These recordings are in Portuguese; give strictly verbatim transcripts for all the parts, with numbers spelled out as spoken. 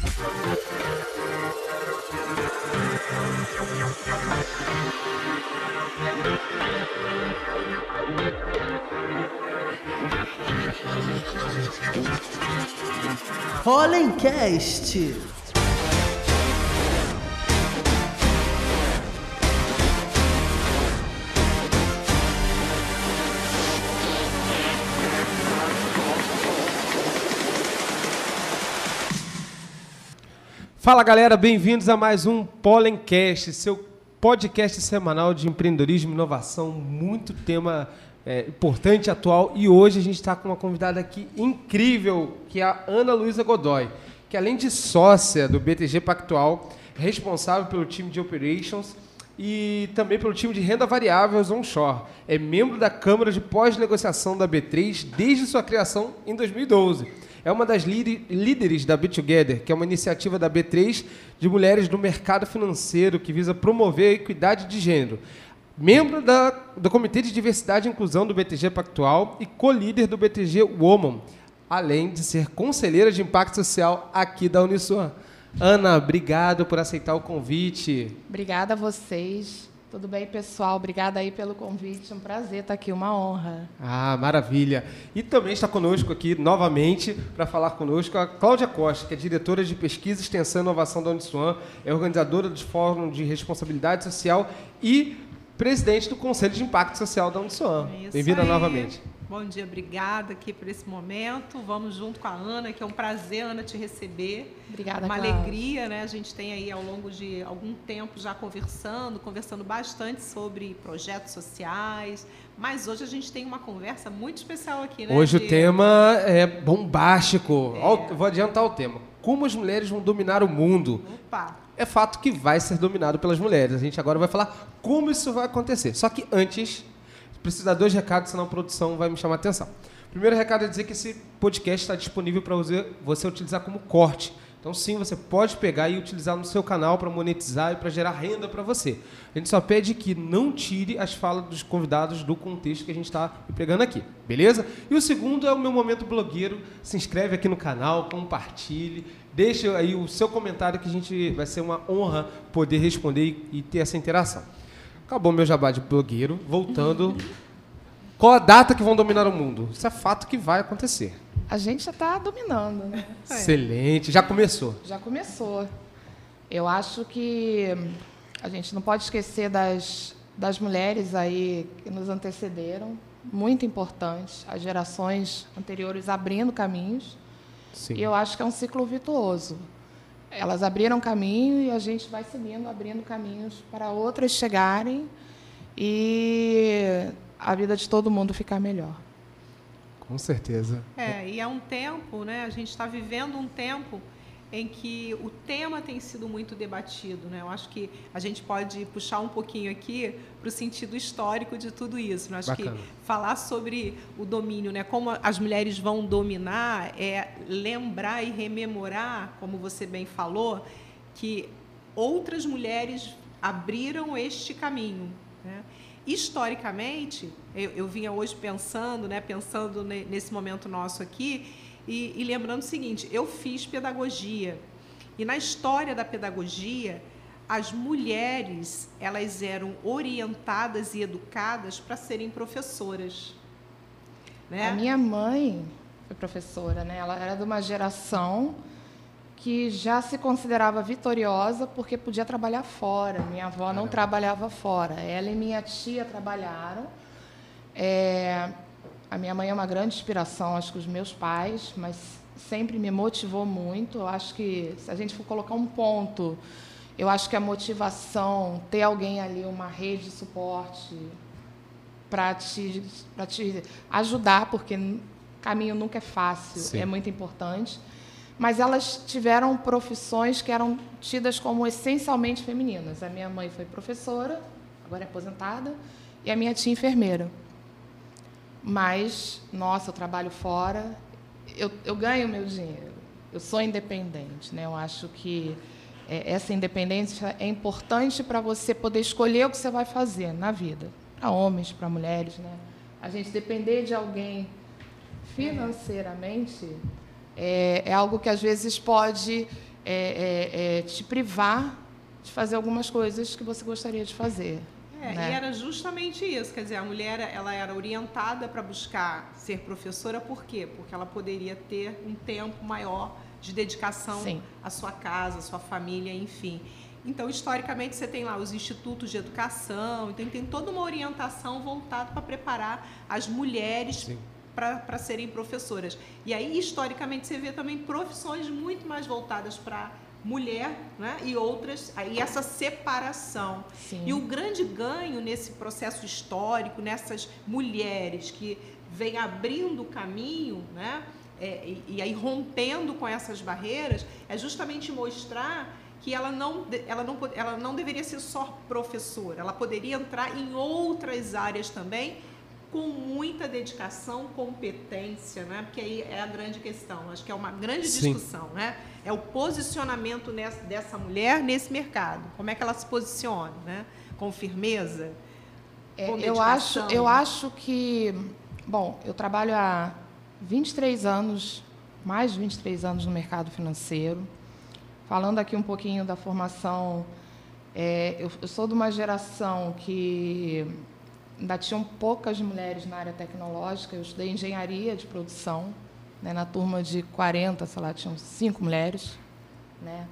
Hollencast. Fala galera, bem-vindos a mais um Pollencast, seu podcast semanal de empreendedorismo e inovação, muito tema é, importante e atual. E hoje a gente está com uma convidada aqui incrível, que é a Ana Luísa Godoy, que além de sócia do B T G Pactual, é responsável pelo time de Operations e também pelo time de renda variável onshore. É membro da Câmara de Pós-Negociação da B três desde sua criação em dois mil e doze. É uma das líderes da Be Together, que é uma iniciativa da B três de mulheres no mercado financeiro que visa promover a equidade de gênero. Membro da, do Comitê de Diversidade e Inclusão do B T G Pactual e co-líder do B T G Woman, além de ser conselheira de impacto social aqui da Uniswan. Ana, obrigado por aceitar o convite. Obrigada a vocês. Tudo bem, pessoal? Obrigada aí pelo convite. É um prazer estar aqui, uma honra. Ah, maravilha. E também está conosco aqui, novamente, para falar conosco, a Cláudia Costa, que é diretora de Pesquisa, Extensão e Inovação da Uniswan, é organizadora do Fórum de Responsabilidade Social e presidente do Conselho de Impacto Social da Uniswan. Bem-vinda novamente. Bom dia, obrigada aqui por esse momento. Vamos junto com a Ana, que é um prazer, Ana, te receber. Obrigada, Uma Cláudia. alegria, né? A gente tem aí, ao longo de algum tempo, já conversando, conversando bastante sobre projetos sociais, mas hoje a gente tem uma conversa muito especial aqui, né? Hoje de... o tema é bombástico. É. Ó, eu vou adiantar o tema. Como as mulheres vão dominar o mundo? Opa! É fato que vai ser dominado pelas mulheres. A gente agora vai falar como isso vai acontecer. Só que antes, preciso dar dois recados, senão a produção vai me chamar a atenção. O primeiro recado é dizer que esse podcast está disponível para você, você utilizar como corte. Então, sim, você pode pegar e utilizar no seu canal para monetizar e para gerar renda para você. A gente só pede que não tire as falas dos convidados do contexto que a gente está empregando aqui, beleza? E o segundo é o meu momento blogueiro. Se inscreve aqui no canal, compartilhe, deixe aí o seu comentário que a gente vai ser uma honra poder responder e ter essa interação. Acabou meu jabá de blogueiro. Voltando, qual a data que vão dominar o mundo? Isso é fato que vai acontecer. A gente já está dominando, né? Excelente, já começou. Já começou. Eu acho que a gente não pode esquecer das, das mulheres aí que nos antecederam, muito importantes, as gerações anteriores abrindo caminhos. Sim. E eu acho que é um ciclo virtuoso. Elas abriram caminho e a gente vai seguindo, abrindo caminhos para outras chegarem e a vida de todo mundo ficar melhor. Com certeza. É, e é um tempo, né? A gente está vivendo um tempo em que o tema tem sido muito debatido, né? Eu acho que a gente pode puxar um pouquinho aqui para o sentido histórico de tudo isso. Né? Acho Bacana. que falar sobre o domínio, né? Como as mulheres vão dominar, é lembrar e rememorar, como você bem falou, que outras mulheres abriram este caminho, né? Historicamente, eu, eu vinha hoje pensando, né, pensando ne, nesse momento nosso aqui, e, e lembrando o seguinte, eu fiz pedagogia, e na história da pedagogia, as mulheres elas eram orientadas e educadas para serem professoras. Né? A minha mãe foi professora, né? Ela era de uma geração que já se considerava vitoriosa porque podia trabalhar fora. Minha avó não Caramba. trabalhava fora. Ela e minha tia trabalharam. É, a minha mãe é uma grande inspiração, acho que os meus pais, mas sempre me motivou muito. Eu acho que, se a gente for colocar um ponto, eu acho que a motivação, ter alguém ali, uma rede de suporte para te, para te ajudar, porque o caminho nunca é fácil, Sim. é muito importante. Mas elas tiveram profissões que eram tidas como essencialmente femininas. A minha mãe foi professora, agora é aposentada, e a minha tia enfermeira. Mas, nossa, eu trabalho fora, eu, eu ganho meu dinheiro, eu sou independente, né? Eu acho que é, essa independência é importante para você poder escolher o que você vai fazer na vida, para homens, para mulheres, né? A gente depender de alguém financeiramente é, é algo que às vezes pode é, é, é, te privar de fazer algumas coisas que você gostaria de fazer. É, né? E era justamente isso, quer dizer, a mulher ela era orientada para buscar ser professora, por quê? Porque ela poderia ter um tempo maior de dedicação Sim. à sua casa, à sua família, enfim. Então, historicamente, você tem lá os institutos de educação, então tem toda uma orientação voltada para preparar as mulheres para serem professoras. E aí, historicamente, você vê também profissões muito mais voltadas para mulher, né? E outras, aí essa separação. Sim. E o grande ganho nesse processo histórico, nessas mulheres que vêm abrindo o caminho, né? É, e, e aí rompendo com essas barreiras, é justamente mostrar que ela não, ela, não, ela não deveria ser só professora, ela poderia entrar em outras áreas também, com muita dedicação, competência, né? Porque aí é a grande questão, acho que é uma grande Sim. discussão, né? É o posicionamento nessa, dessa mulher nesse mercado, como é que ela se posiciona, né? Com firmeza, É, com eu, acho, dedicação. eu acho que... Bom, eu trabalho há vinte e três anos, mais de vinte e três anos no mercado financeiro. Falando aqui um pouquinho da formação, é, eu, eu sou de uma geração que ainda tinham poucas mulheres na área tecnológica. Eu estudei engenharia de produção, né, na turma de quarenta, sei lá, tinham cinco mulheres. Né?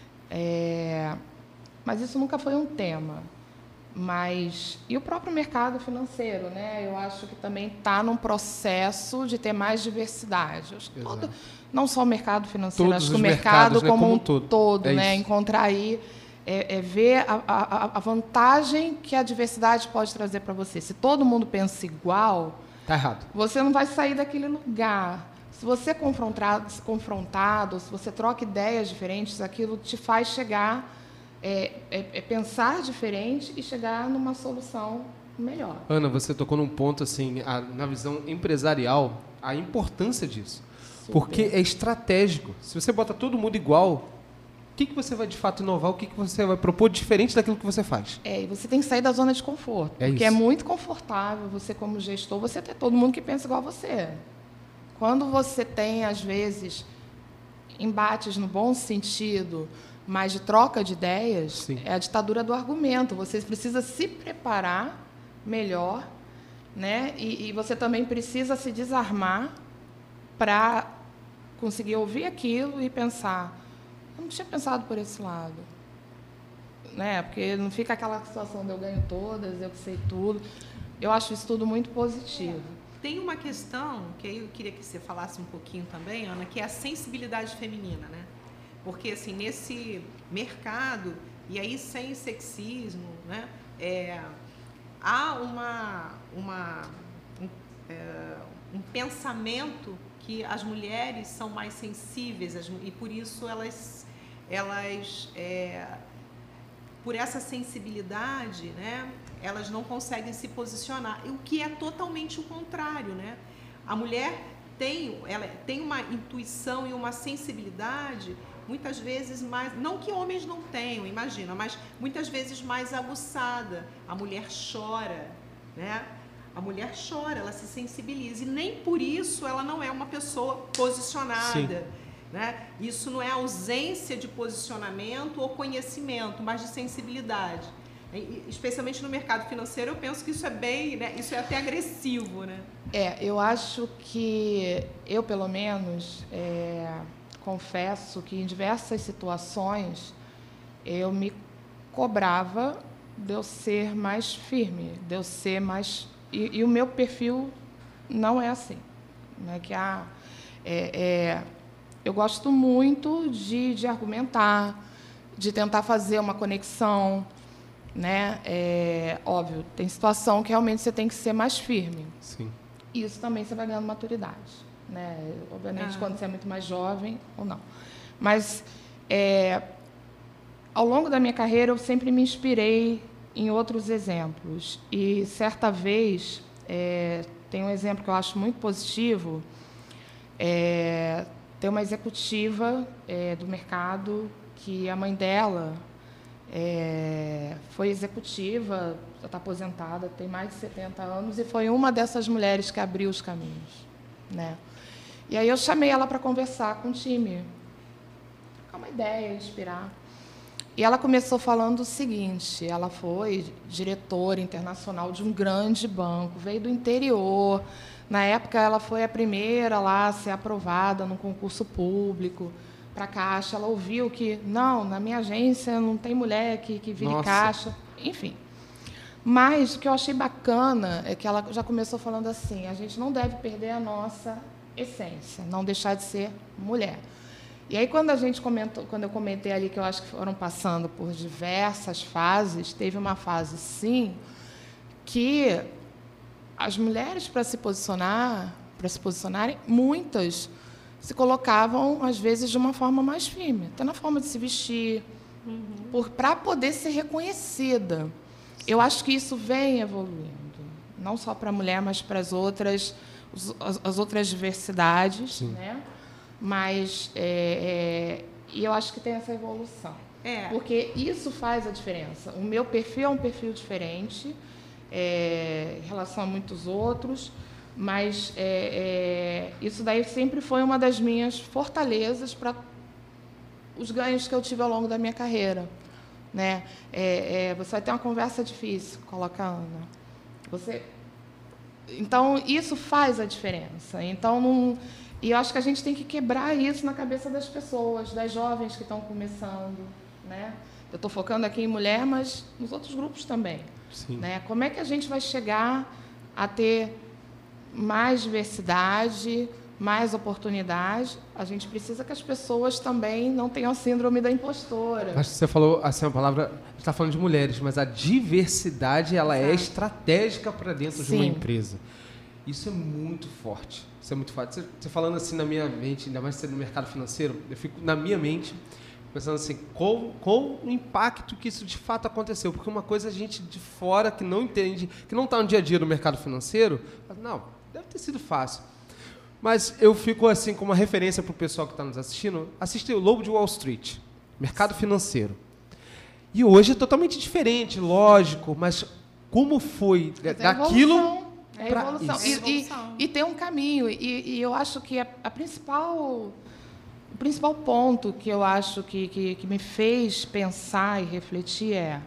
É, mas isso nunca foi um tema. Mas, e o próprio mercado financeiro, né? Eu acho que também está num processo de ter mais diversidade. Acho que todo, não só o mercado financeiro, Todos acho que os o mercado mercados, né, como, como um um todo. todo, É né? isso. Encontrar aí, é, é ver a, a, a vantagem que a diversidade pode trazer para você. Se todo mundo pensa igual, Tá errado. você não vai sair daquele lugar. Se você é confrontado, confrontado, se você troca ideias diferentes, aquilo te faz chegar... É, é, é pensar diferente e chegar numa solução melhor. Ana, você tocou num ponto, assim, a, na visão empresarial, a importância disso. Super. Porque é estratégico. Se você bota todo mundo igual, o que, que você vai, de fato, inovar? O que, que você vai propor diferente daquilo que você faz? É, e você tem que sair da zona de conforto. É porque isso. é muito confortável você, como gestor, você ter todo mundo que pensa igual a você. Quando você tem, às vezes, embates no bom sentido... mas de troca de ideias, Sim. é a ditadura do argumento. Você precisa se preparar melhor, né? E, e você também precisa se desarmar para conseguir ouvir aquilo e pensar, eu não tinha pensado por esse lado. Né? Porque não fica aquela situação de eu ganho todas, eu que sei tudo. Eu acho isso tudo muito positivo. Tem uma questão, que aí eu queria que você falasse um pouquinho também, Ana, que é a sensibilidade feminina, né? Porque, assim, nesse mercado, e aí sem sexismo, né, é, há uma, uma, um, é, um pensamento que as mulheres são mais sensíveis, as, e por isso elas, elas é, por essa sensibilidade, né, elas não conseguem se posicionar, o que é totalmente o contrário, né? A mulher tem, ela tem uma intuição e uma sensibilidade muitas vezes mais, não que homens não tenham, imagina, mas muitas vezes mais aguçada. A mulher chora, né? A mulher chora, ela se sensibiliza e nem por isso ela não é uma pessoa posicionada, né? Isso não é ausência de posicionamento ou conhecimento, mas de sensibilidade. E, especialmente no mercado financeiro, eu penso que isso é bem, né? Isso é até agressivo, né? É, eu acho que eu, pelo menos, é, confesso que em diversas situações eu me cobrava de eu ser mais firme, de eu ser mais... E, e o meu perfil não é assim. Não é que, ah, é, é, eu gosto muito de, de argumentar, de tentar fazer uma conexão, né? É, óbvio, tem situação que realmente você tem que ser mais firme. Sim. Isso também você vai ganhando maturidade. Né? Obviamente, Ah. quando você é muito mais jovem ou não. Mas, é, ao longo da minha carreira, eu sempre me inspirei em outros exemplos. E, certa vez, é, tem um exemplo que eu acho muito positivo, é, tem uma executiva é, do mercado que a mãe dela é, foi executiva, já está aposentada, tem mais de setenta anos, e foi uma dessas mulheres que abriu os caminhos. Né? E aí eu chamei ela para conversar com o time. trocar uma ideia, inspirar. E ela começou falando o seguinte, ela foi diretora internacional de um grande banco, veio do interior. Na época, ela foi a primeira lá a ser aprovada num concurso público para caixa. Ela ouviu que, não, na minha agência não tem mulher que, que vire Nossa. caixa. Enfim. Mas o que eu achei bacana é que ela já começou falando assim, a gente não deve perder a nossa essência, não deixar de ser mulher. E aí, quando a gente comentou, quando eu comentei ali que eu acho que foram passando por diversas fases, teve uma fase, sim, que as mulheres, para se posicionar, para se posicionarem, muitas se colocavam, às vezes, de uma forma mais firme, até na forma de se vestir, uhum. para poder ser reconhecida. Eu acho que isso vem evoluindo, não só para a mulher, mas para as outras, as, as outras diversidades, né? Mas é, é, e eu acho que tem essa evolução, é. porque isso faz a diferença. O meu perfil é um perfil diferente é, em relação a muitos outros, mas é, é, isso daí sempre foi uma das minhas fortalezas para os ganhos que eu tive ao longo da minha carreira, né? É, é, você vai ter uma conversa difícil, coloca a Ana. Você, então isso faz a diferença. Então não E eu acho que a gente tem que quebrar isso na cabeça das pessoas, das jovens que estão começando, né? Eu estou focando aqui em mulher, mas nos outros grupos também. Sim. Né? Como é que a gente vai chegar a ter mais diversidade, mais oportunidade? A gente precisa que as pessoas também não tenham a síndrome da impostora. Acho que você falou assim, uma palavra, a gente está falando de mulheres, mas a diversidade ela é estratégica para dentro Sim. de uma empresa. Isso é muito forte. Isso é muito forte. Você, você falando assim na minha mente, ainda mais sendo no mercado financeiro, eu fico na minha mente pensando assim, qual, qual o impacto que isso de fato aconteceu? Porque uma coisa a gente de fora que não entende, que não está no dia a dia no mercado financeiro, não, deve ter sido fácil. Mas eu fico assim como uma referência para o pessoal que está nos assistindo, assistir o Lobo de Wall Street, mercado financeiro. E hoje é totalmente diferente, lógico, mas como foi Mas daquilo... É É evolução. Isso. E, É evolução. E, e tem um caminho. E, e eu acho que a, a principal, o principal ponto que eu acho que, que, que me fez pensar e refletir é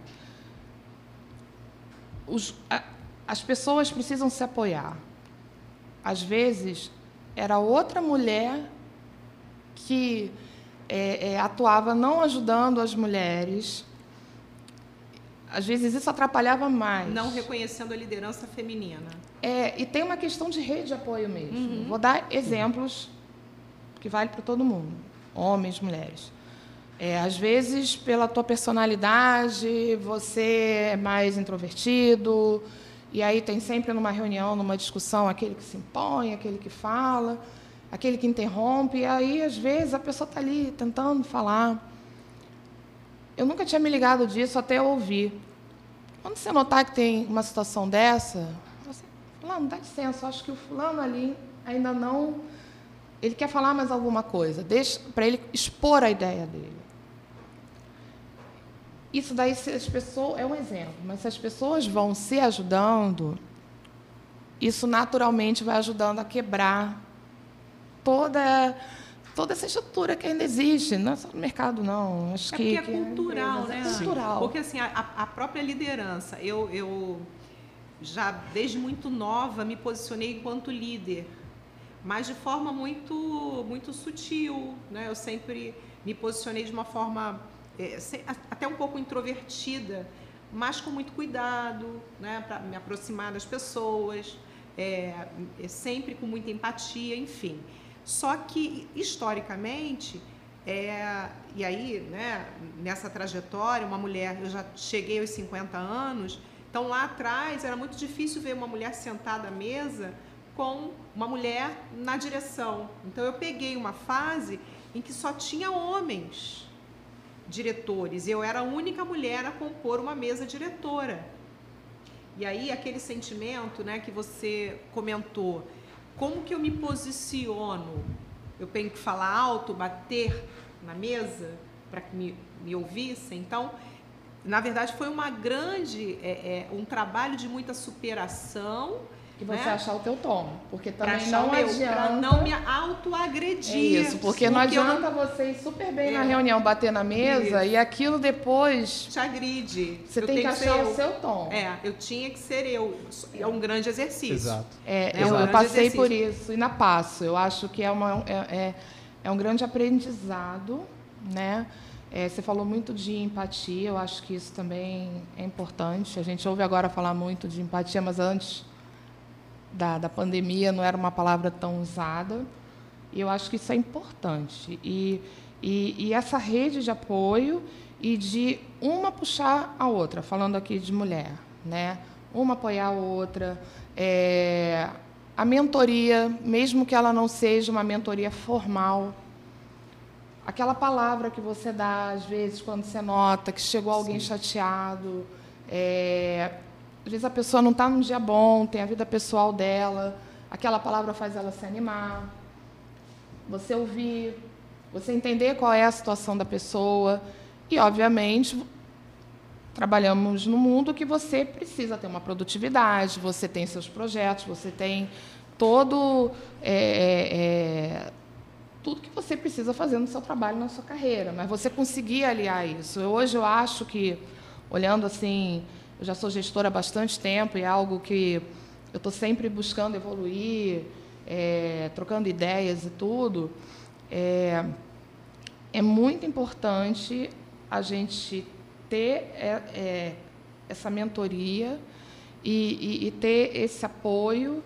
os, a, as pessoas precisam se apoiar. Às vezes, era outra mulher que é, é, atuava não ajudando as mulheres. Às vezes, isso atrapalhava mais. Não reconhecendo a liderança feminina. É, e tem uma questão de rede de apoio mesmo. Uhum. Vou dar exemplos que vale para todo mundo, homens, mulheres. É, às vezes, pela tua personalidade, você é mais introvertido, e aí tem sempre numa reunião, numa discussão, aquele que se impõe, aquele que fala, aquele que interrompe, e aí, às vezes, a pessoa está ali tentando falar. Eu nunca tinha me ligado disso até eu ouvir. Quando você notar que tem uma situação dessa, você, fulano, dá licença, eu acho que o fulano ali ainda não... Ele quer falar mais alguma coisa, deixa para ele expor a ideia dele. Isso daí, se as pessoas, é um exemplo, mas se as pessoas vão se ajudando, isso naturalmente vai ajudando a quebrar toda... toda essa estrutura que ainda existe, não é só no mercado, não. Acho é que, porque é que cultural, é, né? É cultural. Porque assim, a, a própria liderança, eu, eu já desde muito nova me posicionei enquanto líder, mas de forma muito, muito sutil, né? Eu sempre me posicionei de uma forma é, até um pouco introvertida, mas com muito cuidado, né? Para me aproximar das pessoas, é, sempre com muita empatia, enfim. Só que, historicamente, é, e aí, né, nessa trajetória, uma mulher, eu já cheguei aos cinquenta anos, então lá atrás era muito difícil ver uma mulher sentada à mesa com uma mulher na direção. Então eu peguei uma fase em que só tinha homens diretores, e eu era a única mulher a compor uma mesa diretora. E aí aquele sentimento, né, que você comentou, como que eu me posiciono? Eu tenho que falar alto, bater na mesa para que me, me ouvissem? Então, na verdade, foi uma grande, é, é, um trabalho de muita superação, E você né? achar o teu tom, porque Pra também achar não o meu, adianta... pra não me autoagredir. É isso, porque não porque eu adianta você ir super bem É. na reunião, bater na mesa, Isso. e aquilo depois... te agride. Você Eu tem que tenho achar ser o eu. seu tom. É, eu tinha que ser eu. É um grande exercício. Exato. É, É um eu, eu grande passei exercício. por isso, e ainda passo. Eu acho que é, uma, é, é, é um grande aprendizado, né? É, você falou muito de empatia, eu acho que isso também é importante. A gente ouve agora falar muito de empatia, mas antes da, da pandemia não era uma palavra tão usada. E eu acho que isso é importante. E, e, e essa rede de apoio e de uma puxar a outra, falando aqui de mulher, né? Uma apoiar a outra. É, a mentoria, mesmo que ela não seja uma mentoria formal, aquela palavra que você dá, às vezes, quando você nota que chegou alguém Sim. chateado, é, às vezes a pessoa não está num dia bom, tem a vida pessoal dela, aquela palavra faz ela se animar. Você ouvir, você entender qual é a situação da pessoa e, obviamente, trabalhamos num mundo que você precisa ter uma produtividade, você tem seus projetos, você tem todo... É, é, tudo que você precisa fazer no seu trabalho, na sua carreira, mas você conseguir aliar isso. Hoje eu acho que, olhando assim, eu já sou gestora há bastante tempo e é algo que eu estou sempre buscando evoluir, é, trocando ideias e tudo, é, é muito importante a gente ter é, é, essa mentoria e, e, e ter esse apoio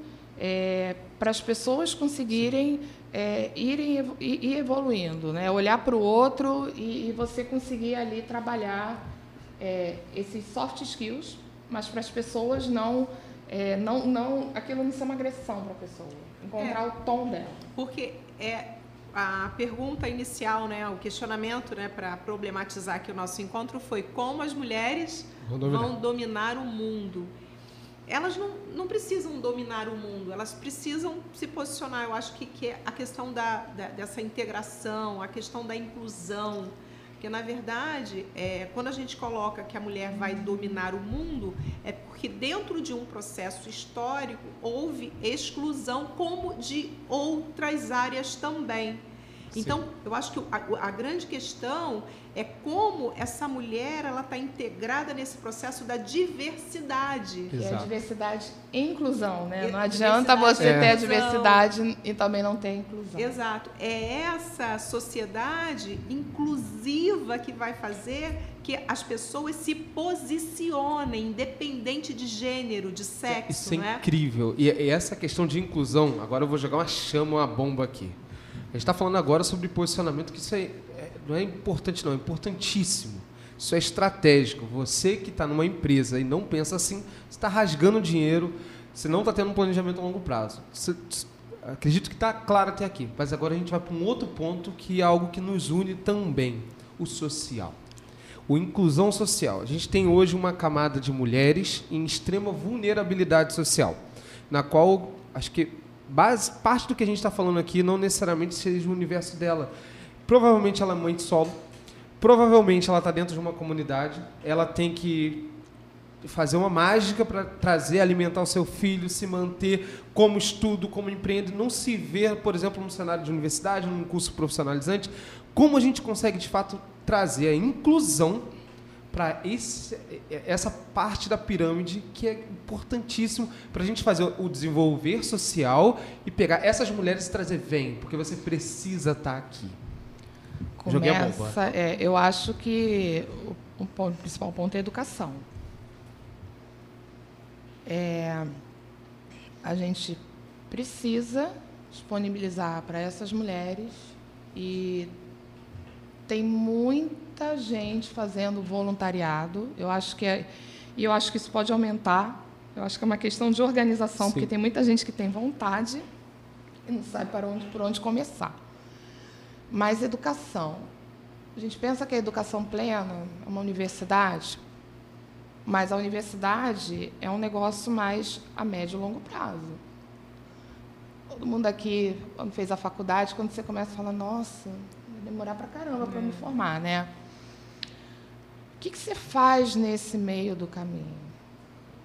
é, para as pessoas conseguirem é, irem evo- ir ir evoluindo, né? Olhar para o outro e, e você conseguir ali trabalhar é, esses soft skills, mas para as pessoas não, é, não, não, aquilo não ser uma agressão para a pessoa, encontrar É. o tom dela. Porque é a pergunta inicial, né, o questionamento, né, para problematizar aqui o nosso encontro foi como as mulheres Vão dominar. vão dominar o mundo. Elas não, não precisam dominar o mundo, elas precisam se posicionar. Eu acho que, que é a questão da, da, dessa integração, a questão da inclusão, porque, na verdade, é, quando a gente coloca que a mulher vai dominar o mundo, é porque dentro de um processo histórico houve exclusão, como de outras áreas também. Então, eu acho que a, a grande questão é como essa mulher ela está integrada nesse processo da diversidade. Que é Exato. diversidade e inclusão, né? Não É, adianta diversidade você e ter a inclusão. diversidade e também não ter a inclusão. Exato. É essa sociedade inclusiva que vai fazer que as pessoas se posicionem, independente de gênero, de sexo, Isso é não é? incrível. E, e essa questão de inclusão, agora eu vou jogar uma chama, uma bomba aqui. A gente está falando agora sobre posicionamento, que isso é, é- não é importante, não, é importantíssimo. Isso é estratégico. Você que está numa empresa e não pensa assim, você está rasgando dinheiro, você não está tendo um planejamento a longo prazo. Você- acredito que está claro até aqui, mas agora a gente vai para um outro ponto que é algo que nos une também, o social. O inclusão social. A gente tem hoje uma camada de mulheres em extrema vulnerabilidade social, na qual acho que base, parte do que a gente está falando aqui não necessariamente seja o universo dela. Provavelmente ela é mãe de solo, provavelmente ela está dentro de uma comunidade, ela tem que fazer uma mágica para trazer, alimentar o seu filho, se manter como estudo, como empreende, não se ver, por exemplo, num cenário de universidade, num curso profissionalizante. Como a gente consegue, de fato, trazer a inclusão para essa parte da pirâmide que é importantíssimo para a gente fazer o desenvolver social e pegar essas mulheres e trazer, vem, porque você precisa estar aqui. Joguei a bomba. Começa, é, eu acho que o, o ponto- o principal ponto é a educação. É, a gente precisa disponibilizar para essas mulheres e tem muita gente fazendo voluntariado. Eu acho que é, e eu acho que isso pode aumentar. Eu acho que é uma questão de organização, Sim. porque tem muita gente que tem vontade e não sabe para onde, por onde começar. Mas educação. A gente pensa que a educação plena é uma universidade, mas a universidade é um negócio mais a médio e longo prazo. Todo mundo aqui, quando fez a faculdade, quando você começa a falar, nossa, vai demorar pra caramba para me formar, né? O que, que você faz nesse meio do caminho?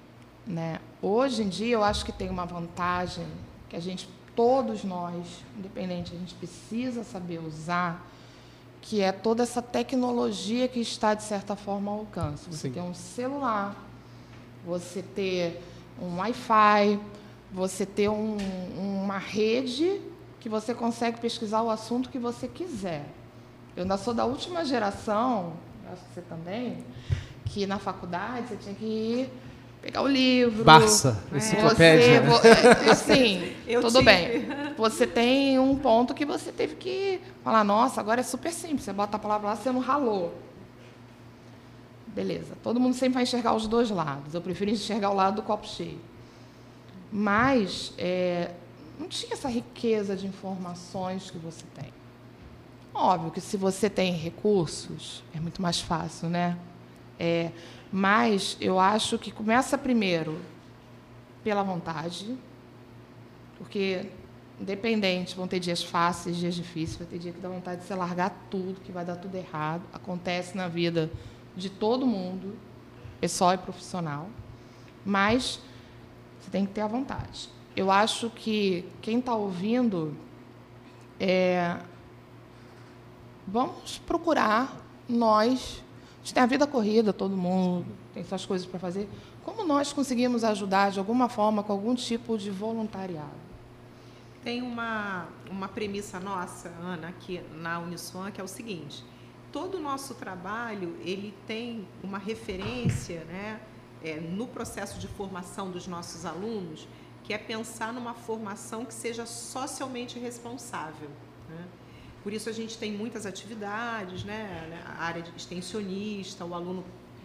né? Hoje em dia, eu acho que tem uma vantagem que a gente, todos nós, independente, a gente precisa saber usar, que é toda essa tecnologia que está, de certa forma, ao alcance. Você Sim. ter um celular, você ter um Wi-Fi, você ter um, uma rede que você consegue pesquisar o assunto que você quiser. Eu ainda sou da última geração, acho que você também, que na faculdade você tinha que ir pegar o livro. Barça, é, enciclopédia. Você, vo- assim, Eu tudo tive. bem. Você tem um ponto que você teve que falar, nossa, agora é super simples, você bota a palavra lá, você não ralou. Beleza, todo mundo sempre vai enxergar os dois lados. Eu prefiro enxergar o lado do copo cheio. Mas é, não tinha essa riqueza de informações que você tem. Óbvio que se você tem recursos, é muito mais fácil, né? É, mas eu acho que começa primeiro pela vontade, porque, independente, vão ter dias fáceis, dias difíceis, vai ter dia que dá vontade de você largar tudo, que vai dar tudo errado. Acontece na vida de todo mundo, pessoal e profissional, mas você tem que ter a vontade. Eu acho que quem está ouvindo, é, vamos procurar nós, a gente tem a vida corrida, todo mundo tem suas coisas para fazer, como nós conseguimos ajudar de alguma forma com algum tipo de voluntariado? Tem uma, uma premissa nossa, Ana, aqui na Uniswan, que é o seguinte: todo o nosso trabalho ele tem uma referência, né, é, no processo de formação dos nossos alunos, que é pensar numa formação que seja socialmente responsável, né? Por isso a gente tem muitas atividades, né, a área de extensionista, o aluno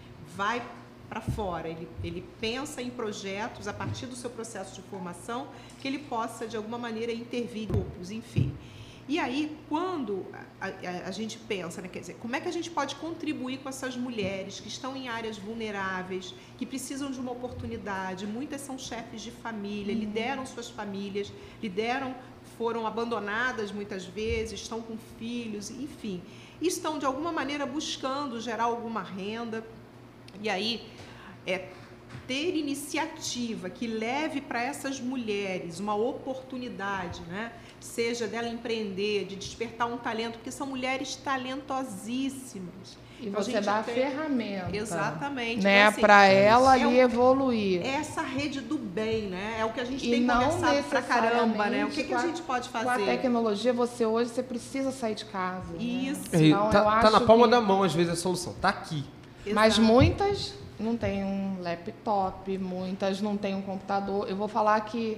vai para fora, ele, ele pensa em projetos a partir do seu processo de formação que ele possa, de alguma maneira, intervir em grupos, enfim. E aí, quando a, a, a gente pensa, né, quer dizer, como é que a gente pode contribuir com essas mulheres que estão em áreas vulneráveis, que precisam de uma oportunidade, muitas são chefes de família, lideram suas famílias, lideram, foram abandonadas muitas vezes, estão com filhos, enfim, e estão, de alguma maneira, buscando gerar alguma renda. E aí, é ter iniciativa que leve para essas mulheres uma oportunidade, né? Seja dela empreender, de despertar um talento, porque são mulheres talentosíssimas. E Então, a você gente dá a tem- ferramenta, Exatamente. né, Então, assim, para ela é ali um- evoluir. é essa rede do bem, né? É o que a gente E tem não conversado pra caramba, né? O necessariamente que, que a com a- gente pode Com a fazer? tecnologia, você hoje você precisa sair de casa. né? Isso. É, Então, eu tá, tá acho na palma que- da mão, às vezes, a solução. Tá aqui. Mas Exato. muitas não têm um laptop, muitas não têm um computador. Eu vou falar que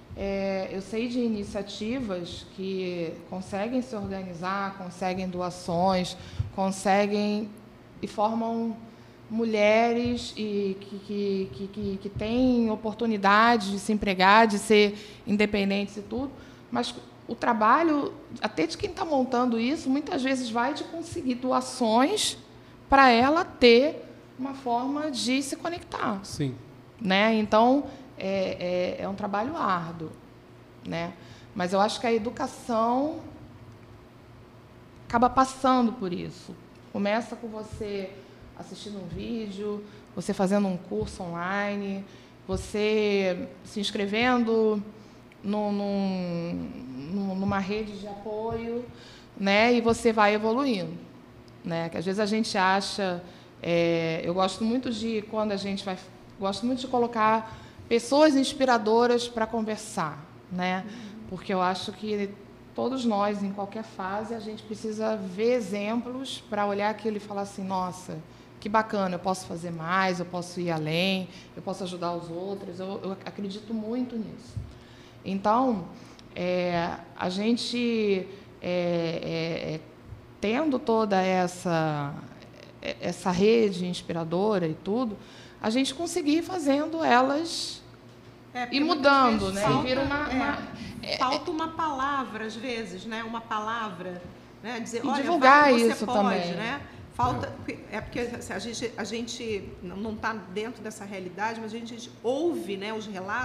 é, eu sei de iniciativas que conseguem se organizar, conseguem doações, conseguem e formam mulheres e que, que, que, que, que têm oportunidade de se empregar, de ser independentes e tudo, mas o trabalho, até de quem está montando isso, muitas vezes vai de conseguir doações para ela ter uma forma de se conectar, Sim. né? Então, é, é, é um trabalho árduo, né? Mas eu acho que a educação acaba passando por isso. Começa com você assistindo um vídeo, você fazendo um curso online, você se inscrevendo num, num, numa rede de apoio, né? E você vai evoluindo, né? Que às vezes a gente acha, é, eu gosto muito de quando a gente vai, gosto muito de colocar pessoas inspiradoras para conversar, né? Porque eu acho que todos nós, em qualquer fase, a gente precisa ver exemplos para olhar aquilo e falar assim, nossa, que bacana, eu posso fazer mais, eu posso ir além, eu posso ajudar os outros, eu, eu acredito muito nisso. Então, é, a gente, é, é, é, tendo toda essa, essa rede inspiradora e tudo, a gente conseguir fazendo elas É, porque ir muitas mudando, vezes né? Falta, E vira uma, é, uma- falta uma palavra, às vezes, né? Uma palavra, né? Dizer, E olha, divulgar vai que você isso pode, também. né? Falta, é porque assim, a gente, a gente não está dentro dessa realidade, mas a gente ouve, né, os relatos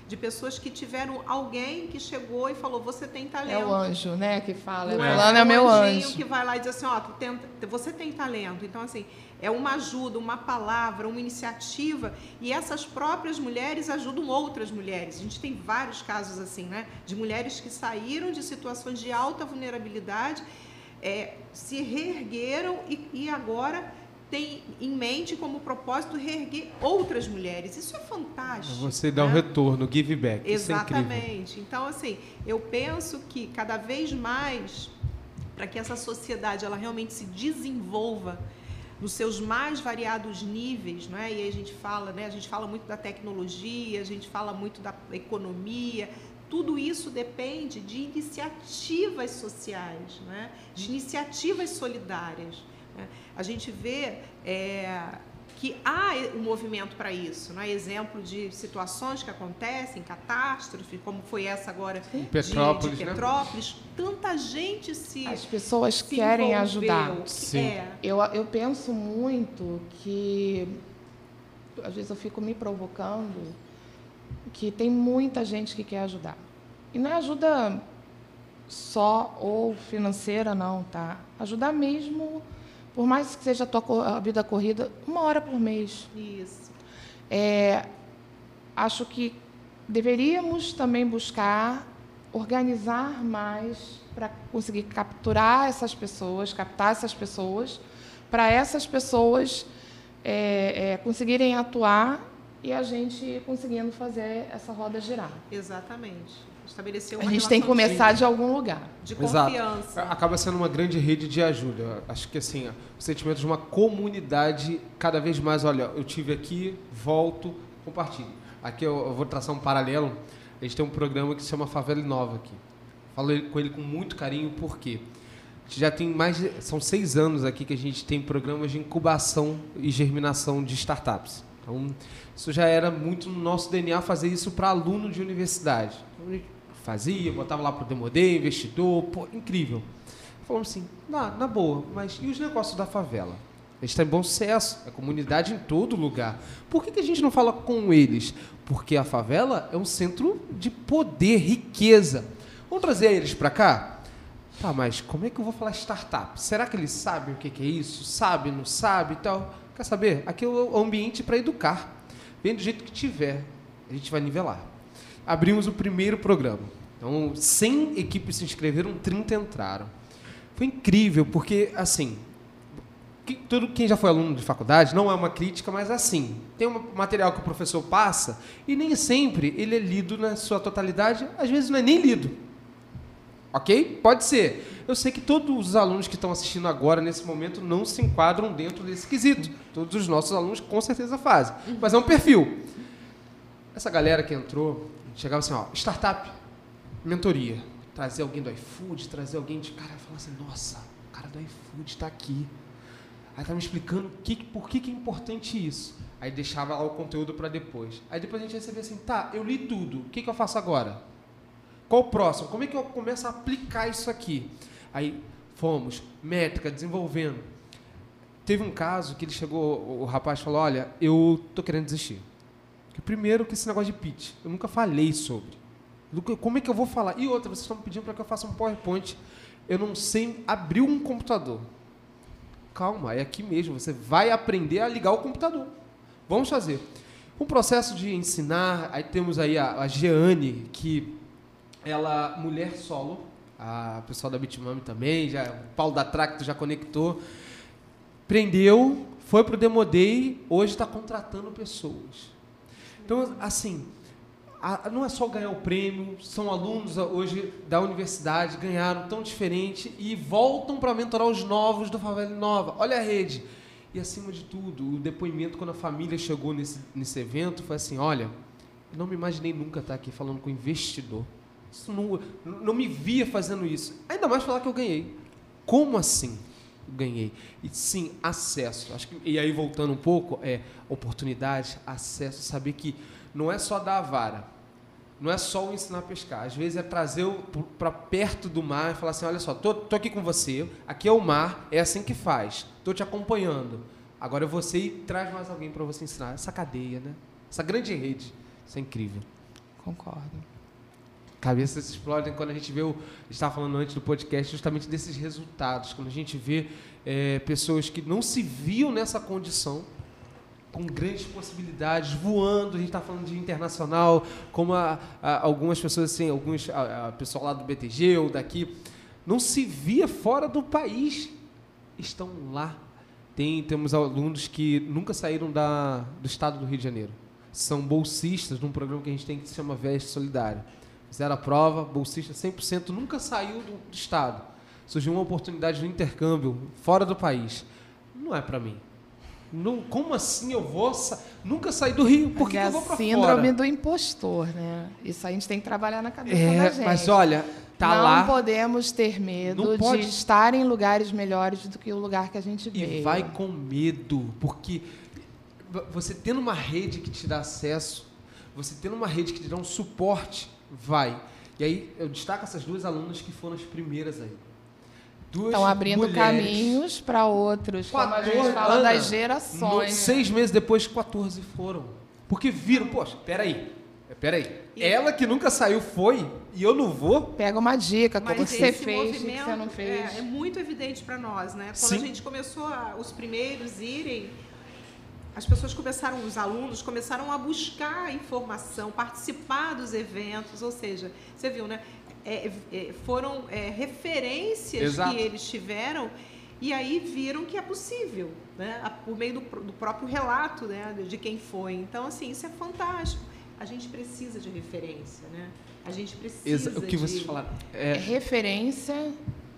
de pessoas que tiveram alguém que chegou e falou, você tem talento. É o anjo, né, que fala. Não É. Fulano é meu o anjinho anjo. que vai lá e diz assim, ó, tu tenta, você tem talento. Então, assim, é uma ajuda, uma palavra, uma iniciativa, e essas próprias mulheres ajudam outras mulheres. A gente tem vários casos assim, né, de mulheres que saíram de situações de alta vulnerabilidade, é, se reergueram e, e agora tem em mente como propósito reerguer outras mulheres. Isso é fantástico. Você dá um né? retorno, give back. Exatamente. Isso é então, assim, eu penso que cada vez mais, para que essa sociedade ela realmente se desenvolva nos seus mais variados níveis, não é? E aí a gente fala, né? A gente fala muito da tecnologia, a gente fala muito da economia. Tudo isso depende de iniciativas sociais, né? De iniciativas solidárias. Né? A gente vê é, que há um movimento para isso, né? Exemplo de situações que acontecem, catástrofe, como foi essa agora Em de Petrópolis, de né? Petrópolis. Tanta gente se As pessoas se querem envolveu, ajudar. que Sim. É, Eu, eu penso muito que, às vezes eu fico me provocando, que tem muita gente que quer ajudar. E não é ajuda só ou financeira, não, tá? Ajudar mesmo, por mais que seja a tua co- a vida corrida, uma hora por mês. isso. É, acho que deveríamos também buscar organizar mais para conseguir capturar essas pessoas, captar essas pessoas, para essas pessoas é, é, conseguirem atuar e a gente conseguindo fazer essa roda girar. Exatamente. Estabelecer A uma gente tem que relação começar de algum lugar. de, de Exato. confiança. Acaba sendo uma grande rede de ajuda. Eu acho que assim, ó, o sentimento de uma comunidade cada vez mais, olha, eu tive aqui, volto, compartilho. Aqui eu, eu vou traçar um paralelo. A gente tem um programa que se chama Favela Inova aqui. Falo ele- com ele com muito carinho, porque a gente já tem mais de, são seis anos aqui que a gente tem programas de incubação e germinação de startups. Então, isso já era muito no nosso D N A fazer isso para aluno de universidade. Então, a gente fazia, botava lá para o Demodê, investidor, pô, incrível. Falamos assim, na, na boa, mas e os negócios da favela? A gente está em bom sucesso, a comunidade em todo lugar. Por que, que a gente não fala com eles? Porque a favela é um centro de poder, riqueza. Vamos trazer eles para cá? Tá, mas como é que eu vou falar startup? Será que eles sabem o que, que é isso? Sabe, não sabe e tal? Quer saber? Aqui é o ambiente para educar. Vem do jeito que tiver, a gente vai nivelar. Abrimos o primeiro programa. Então, cem equipes se inscreveram, trinta entraram. Foi incrível, porque, assim, que- todo, quem já foi aluno de faculdade, não é uma crítica, mas assim, tem um material que o professor passa e nem sempre ele é lido na sua totalidade, às vezes não é nem lido. Ok? Pode ser. Eu sei que todos os alunos que estão assistindo agora, nesse momento, não se enquadram dentro desse quesito. Todos os nossos alunos com certeza fazem. Mas é um perfil. Essa galera que entrou, chegava assim, ó, startup, mentoria. Trazer alguém do iFood, trazer alguém de... Cara, falar assim, nossa, o cara do iFood está aqui. Aí tá me explicando que, por que, que é importante isso. Aí deixava lá o conteúdo para depois. Aí depois a gente recebia assim, tá, eu li tudo, o que, que eu faço agora? Qual o próximo? Como é que eu começo a aplicar isso aqui? Aí fomos, métrica, desenvolvendo. Teve um caso que ele chegou, o rapaz falou, olha, eu tô querendo desistir. Porque primeiro que esse negócio de pitch, eu nunca falei sobre. Como é que eu vou falar? E outra, vocês estão me pedindo para que eu faça um PowerPoint. Eu não sei abrir um computador. Calma, é aqui mesmo. Você vai aprender a ligar o computador. Vamos fazer. Um processo de ensinar. Aí temos aí a, a Jeane, que ela, mulher solo, a pessoal da Bitmami também, já, o Paulo da Tracto já conectou. Prendeu, foi para o Demodei, hoje está contratando pessoas. Então, assim, a, não é só ganhar o prêmio, são alunos hoje da universidade, ganharam tão diferente e voltam para mentorar os novos do Favela Nova. Olha a rede. E, acima de tudo, o depoimento quando a família chegou nesse, nesse evento foi assim, olha, eu não me imaginei nunca estar aqui falando com investidor. Isso não, não me via fazendo isso. Ainda mais falar que eu ganhei. Como assim? Ganhei. E sim, acesso. Acho que, e aí, voltando um pouco, é oportunidade, acesso, saber que não é só dar a vara, não é só o ensinar a pescar. Às vezes é trazer para perto do mar e falar assim, olha só, tô, tô aqui com você, aqui é o mar, é assim que faz, tô te acompanhando. Agora é você e traz mais alguém para você ensinar. Essa cadeia, né? Essa grande rede. Isso é incrível. concordo. Cabeças explodem quando a gente vê, o, a gente estava falando antes do podcast, justamente desses resultados, quando a gente vê é, pessoas que não se viam nessa condição, com grandes possibilidades, voando, a gente está falando de internacional, como a, a, algumas pessoas, assim, alguns, a, a pessoal lá do B T G ou daqui, não se via fora do país, estão lá. Tem, temos alunos que nunca saíram da, do estado do Rio de Janeiro, são bolsistas num programa que a gente tem que se chama Veste Solidário. Fizeram a prova, bolsista cem por cento, nunca saiu do, do estado. Surgiu uma oportunidade no intercâmbio, fora do país. Não é para mim. Não, como assim eu vou... Sa nunca saí do Rio, por que, é que eu vou para fora? a síndrome do impostor, né? Isso aí a gente tem que trabalhar na cabeça é, da gente. Mas olha, tá não lá... Não podemos ter medo pode... de estar em lugares melhores do que o lugar que a gente veio. E vai com medo, porque você tendo uma rede que te dá acesso, você tendo uma rede que te dá um suporte, vai. E aí eu destaco essas duas alunas que foram as primeiras aí. Duas Estão abrindo mulheres, caminhos para outros, como a gente fala Ana, das gerações. No, seis meses depois, quatorze foram. Porque viram, poxa, peraí, peraí. Ela que nunca saiu foi e eu não vou? Pega uma dica, como Mas você esse fez, o que movimento você não fez. É, é muito evidente para nós, né? Quando Sim. a gente começou, a, os primeiros irem, as pessoas começaram, os alunos começaram a buscar informação, participar dos eventos, ou seja, você viu, né? É, é, foram é, referências Exato. que eles tiveram e aí viram que é possível, né? Por meio do, do próprio relato, né? De quem foi. Então, assim, isso é fantástico. A gente precisa de referência, né? A gente precisa Exa o que de... vocês falaram. É É, referência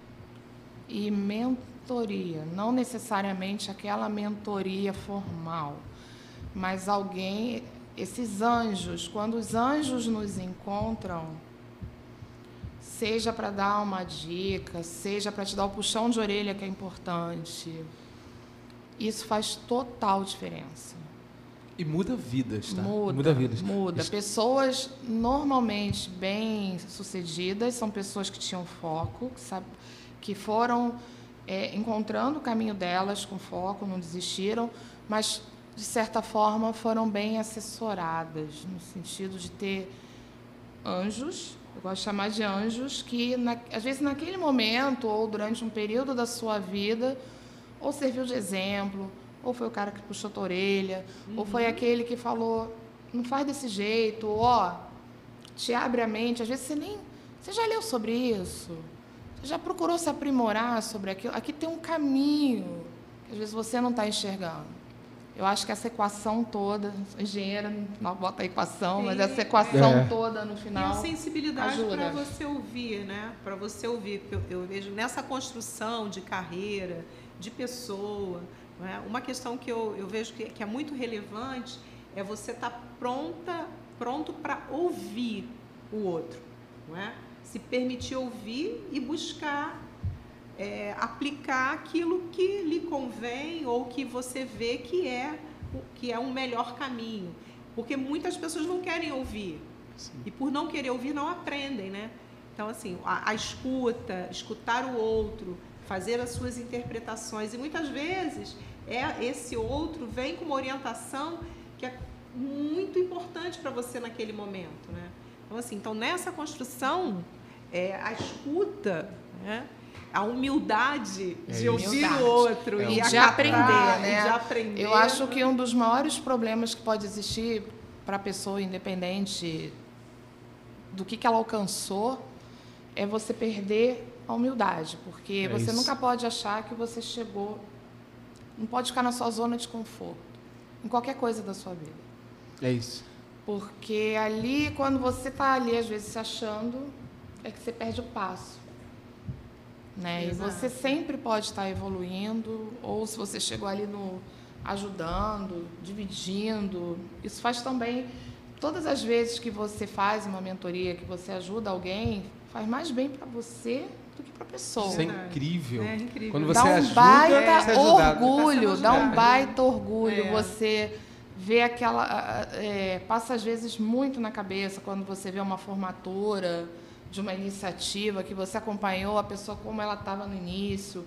e mentoria. Não necessariamente aquela mentoria formal, mas alguém... Esses anjos, quando os anjos nos encontram, seja para dar uma dica, seja para te dar o puxão de orelha, que é importante, isso faz total diferença. e muda vidas, tá? Muda, muda vidas. muda. Isso- Pessoas normalmente bem-sucedidas são pessoas que tinham foco, que, sabe, que foram é, encontrando o caminho delas com foco, não desistiram, mas, de certa forma, foram bem assessoradas, no sentido de ter anjos, eu gosto de chamar de anjos, que, na, às vezes, naquele momento ou durante um período da sua vida, ou serviu de exemplo, ou foi o cara que puxou a tua orelha, uhum. ou foi aquele que falou, não faz desse jeito, ou, ó, te abre a mente. Às vezes você nem... Você já leu sobre isso? Você já procurou se aprimorar sobre aquilo? Aqui tem um caminho que às vezes você não está enxergando. Eu acho que essa equação toda, sou engenheira, não bota a equação, Sim, mas essa equação é. toda no final. E a sensibilidade ajuda. para você ouvir, né? Para você ouvir, porque eu, eu vejo nessa construção de carreira, de pessoa, não é? Uma questão que eu, eu vejo que, que é muito relevante é você estar tá pronta, pronto para ouvir o outro, não é? Se permitir ouvir e buscar é, aplicar aquilo que lhe convém ou que você vê que é, que é um melhor caminho. Porque muitas pessoas não querem ouvir. Sim. E por não querer ouvir, não aprendem, né? Então, assim, a, a escuta, escutar o outro, fazer as suas interpretações. E muitas vezes é, esse outro vem com uma orientação que é muito importante para você naquele momento, né? Então, assim, então nessa construção, é, a escuta, né? A humildade é de ouvir humildade. o outro é e, e de acatar, aprender, né? E de aprender. Eu acho que um dos maiores problemas que pode existir para a pessoa, independente do que, que ela alcançou, é você perder a humildade, porque É você isso. nunca pode achar que você chegou, não pode ficar na sua zona de conforto, em qualquer coisa da sua vida. É isso. Porque ali, quando você está ali, às vezes, se achando, é que você perde o passo. Né? E você sempre pode estar evoluindo, ou se você chegou ali no ajudando, dividindo. Isso faz também, todas as vezes que você faz uma mentoria, que você ajuda alguém, faz mais bem para você do que para a pessoa. Isso é incrível. É incrível. Quando você dá um ajuda, baita você é ajudado. orgulho, Tá sendo dá um ajudado. baita orgulho. É. Você vê aquela... É, passa, às vezes, muito na cabeça quando você vê uma formatura de uma iniciativa que você acompanhou a pessoa como ela estava no início.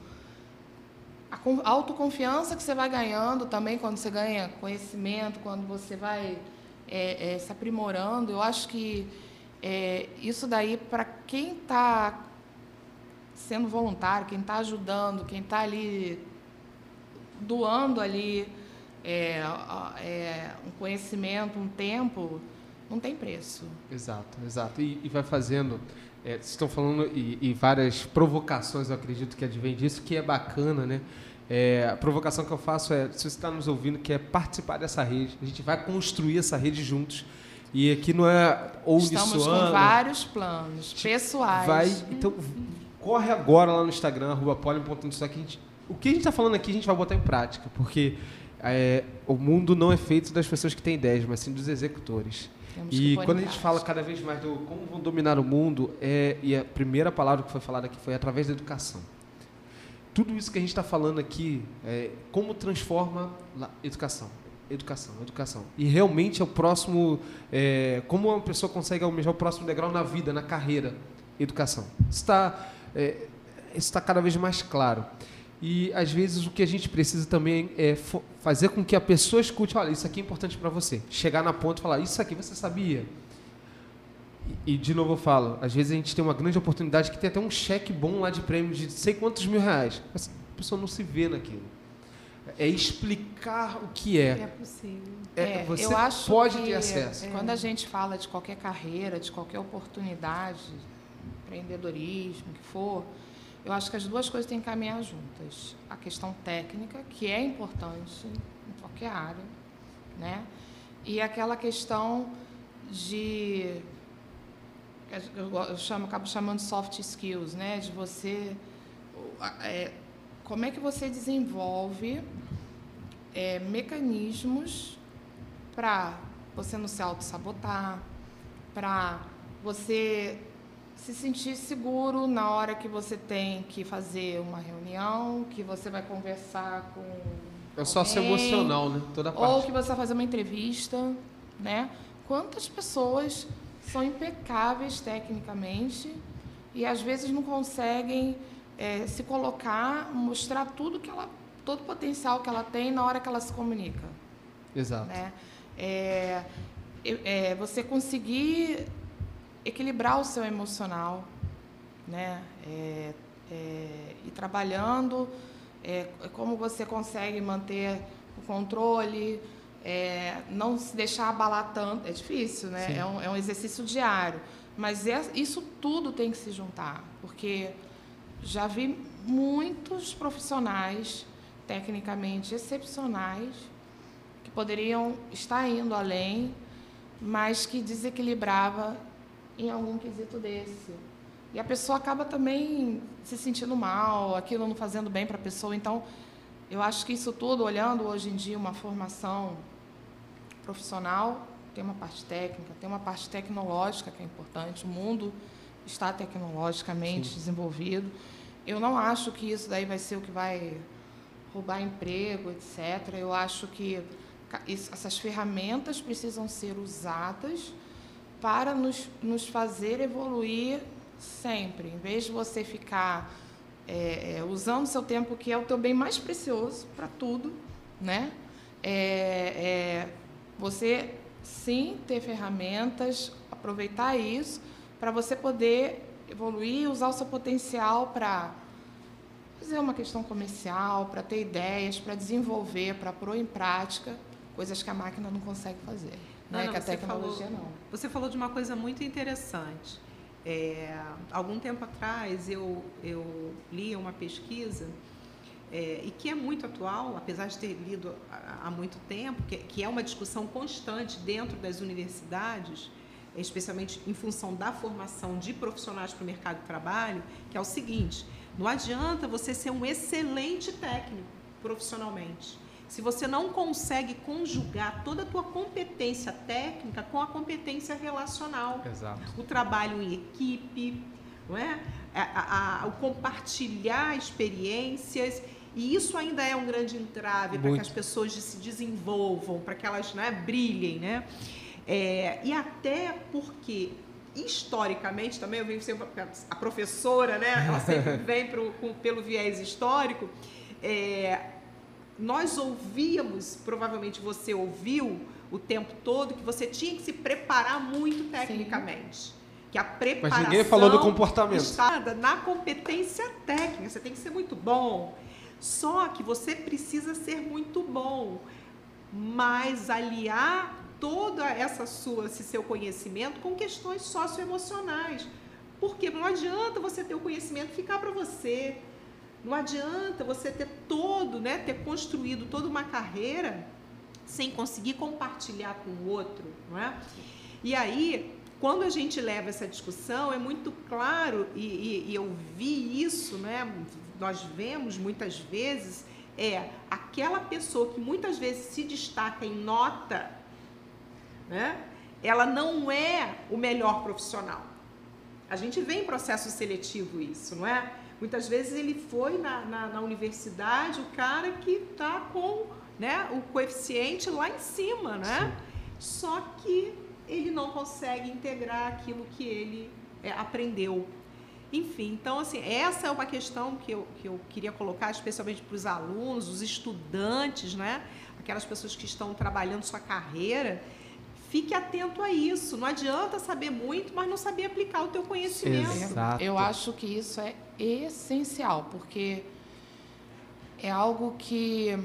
A autoconfiança que você vai ganhando também quando você ganha conhecimento, quando você vai é, é, se aprimorando. Eu acho que é, isso daí, para quem está sendo voluntário, quem está ajudando, quem está ali doando ali é, é, um conhecimento, um tempo, não tem preço. Exato, exato. E, e vai fazendo... É, vocês estão falando e, e várias provocações, eu acredito que advém disso, que é bacana, né? É, a provocação que eu faço é, se você está nos ouvindo, que é participar dessa rede, a gente vai construir essa rede juntos. E aqui não é ou Estamos com vários planos pessoais. Vai, então, corre agora lá no Instagram, arroba polion ponto net. O que a gente está falando aqui, a gente vai botar em prática, porque é, o mundo não é feito das pessoas que têm ideias, mas sim dos executores. E quando a gente fala cada vez mais do como vão dominar o mundo, é, e a primeira palavra que foi falada aqui foi através da educação. Tudo isso que a gente está falando aqui, é, como transforma a educação, educação, educação. E realmente é o próximo, é, como uma pessoa consegue almejar o próximo degrau na vida, na carreira, educação. Isso está é, está cada vez mais claro. E, às vezes, o que a gente precisa também é fazer com que a pessoa escute, olha, isso aqui é importante para você. Chegar na ponta e falar, isso aqui você sabia? E, e, de novo, eu falo, às vezes a gente tem uma grande oportunidade que tem até um cheque bom lá de prêmio de sei quantos mil reais. Mas a pessoa não se vê naquilo. É explicar o que é. É possível. É, É, você eu acho pode que, ter acesso. é, quando a gente fala de qualquer carreira, de qualquer oportunidade, empreendedorismo, o que for, eu acho que as duas coisas têm que caminhar juntas. A questão técnica, que é importante em qualquer área, né? E aquela questão de... Eu chamo, acabo chamando de soft skills, né? De você... É, como é que você desenvolve é, mecanismos para você não se auto-sabotar, para você se sentir seguro na hora que você tem que fazer uma reunião, que você vai conversar com É o sócio emocional, né? Toda parte. Ou que você vai fazer uma entrevista, né? Quantas pessoas são impecáveis tecnicamente e às vezes não conseguem é, se colocar, mostrar tudo que ela, todo o potencial que ela tem na hora que ela se comunica. Exato. Né? É, é, você conseguir equilibrar o seu emocional, né? É, é, e trabalhando, é, como você consegue manter o controle, é, não se deixar abalar tanto, é difícil, né? É um, é um exercício diário, mas é, isso tudo tem que se juntar, porque já vi muitos profissionais tecnicamente excepcionais que poderiam estar indo além, mas que desequilibrava em algum quesito desse. E a pessoa acaba também se sentindo mal, aquilo não fazendo bem para a pessoa. Então, eu acho que isso tudo, olhando hoje em dia uma formação profissional, tem uma parte técnica, tem uma parte tecnológica que é importante, o mundo está tecnologicamente Sim. desenvolvido. Eu não acho que isso daí vai ser o que vai roubar emprego, etcétera. Eu acho que isso, essas ferramentas precisam ser usadas para nos, nos fazer evoluir sempre. Em vez de você ficar é, é, usando o seu tempo, que é o teu bem mais precioso para tudo, né? É, é, você, sim, ter ferramentas, aproveitar isso para você poder evoluir, usar o seu potencial para fazer uma questão comercial, para ter ideias, para desenvolver, para pôr em prática coisas que a máquina não consegue fazer. Não, né? não, que a você tecnologia falou, não. Você falou de uma coisa muito interessante. É, algum tempo atrás eu, eu li uma pesquisa é, e que é muito atual, apesar de ter lido há, há muito tempo, que, que é uma discussão constante dentro das universidades, especialmente em função da formação de profissionais para o mercado de trabalho, que é o seguinte: não adianta você ser um excelente técnico profissionalmente, se você não consegue conjugar toda a tua competência técnica com a competência relacional. Exato. O trabalho em equipe, não é? a, a, a, o compartilhar experiências, e isso ainda é um grande entrave para que as pessoas se desenvolvam, para que elas, né, brilhem, né? É, e até porque, historicamente, também eu venho sempre, a professora, né, ela sempre vem pro, com, pelo viés histórico, é, nós ouvíamos, provavelmente você ouviu o tempo todo, que você tinha que se preparar muito tecnicamente. Sim. Que a preparação Mas ninguém falou do comportamento. Está na competência técnica. Você tem que ser muito bom. Só que você precisa ser muito bom, mas aliar toda essa sua, esse seu conhecimento com questões socioemocionais. Porque não adianta você ter o conhecimento e ficar para você. Não adianta você ter todo, né, ter construído toda uma carreira sem conseguir compartilhar com o outro, não é? E aí, quando a gente leva essa discussão, é muito claro, e, e, e eu vi isso, né, nós vemos muitas vezes, é aquela pessoa que muitas vezes se destaca em nota, né, ela não é o melhor profissional. A gente vê em processo seletivo isso, não é? Muitas vezes ele foi na, na, na universidade, o cara que está com, né, o coeficiente lá em cima, né? Só que ele não consegue integrar aquilo que ele é, aprendeu. Enfim, então, assim, essa é uma questão que eu, que eu queria colocar, especialmente para os alunos, os estudantes, né? Aquelas pessoas que estão trabalhando sua carreira. Fique atento a isso. Não adianta saber muito, mas não saber aplicar o teu conhecimento. Exato. Eu acho que isso é essencial, porque é algo que,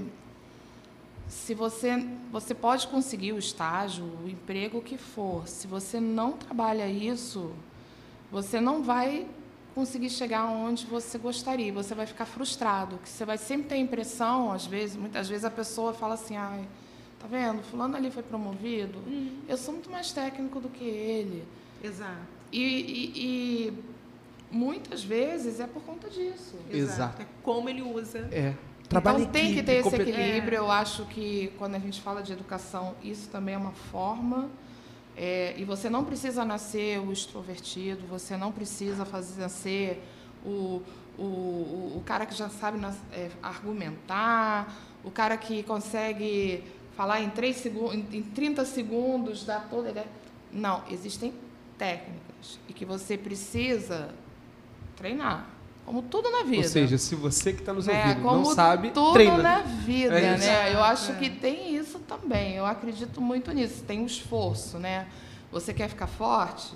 se você, você pode conseguir o estágio, o emprego que for, se você não trabalha isso, você não vai conseguir chegar onde você gostaria. Você vai ficar frustrado, que você vai sempre ter a impressão, às vezes, muitas vezes a pessoa fala assim, ai, tá vendo? Fulano ali foi promovido. Hum. Eu sou muito mais técnico do que ele. Exato. E, e, e muitas vezes é por conta disso. Exato. É como ele usa. É. Trabalho então tem que ter esse equilíbrio. É. Eu acho que quando a gente fala de educação, isso também é uma forma. É, e você não precisa nascer o extrovertido, você não precisa fazer nascer o, o, o, o cara que já sabe nas, é, argumentar, o cara que consegue falar em, três segundos, em trinta segundos, dar toda a ideia. Não, existem técnicas e que você precisa treinar, como tudo na vida. Ou seja, se você que está nos ouvindo é, não sabe, tudo treina. na vida, é né? Eu acho é. que tem isso também. Eu acredito muito nisso. Tem um esforço, né? Você quer ficar forte?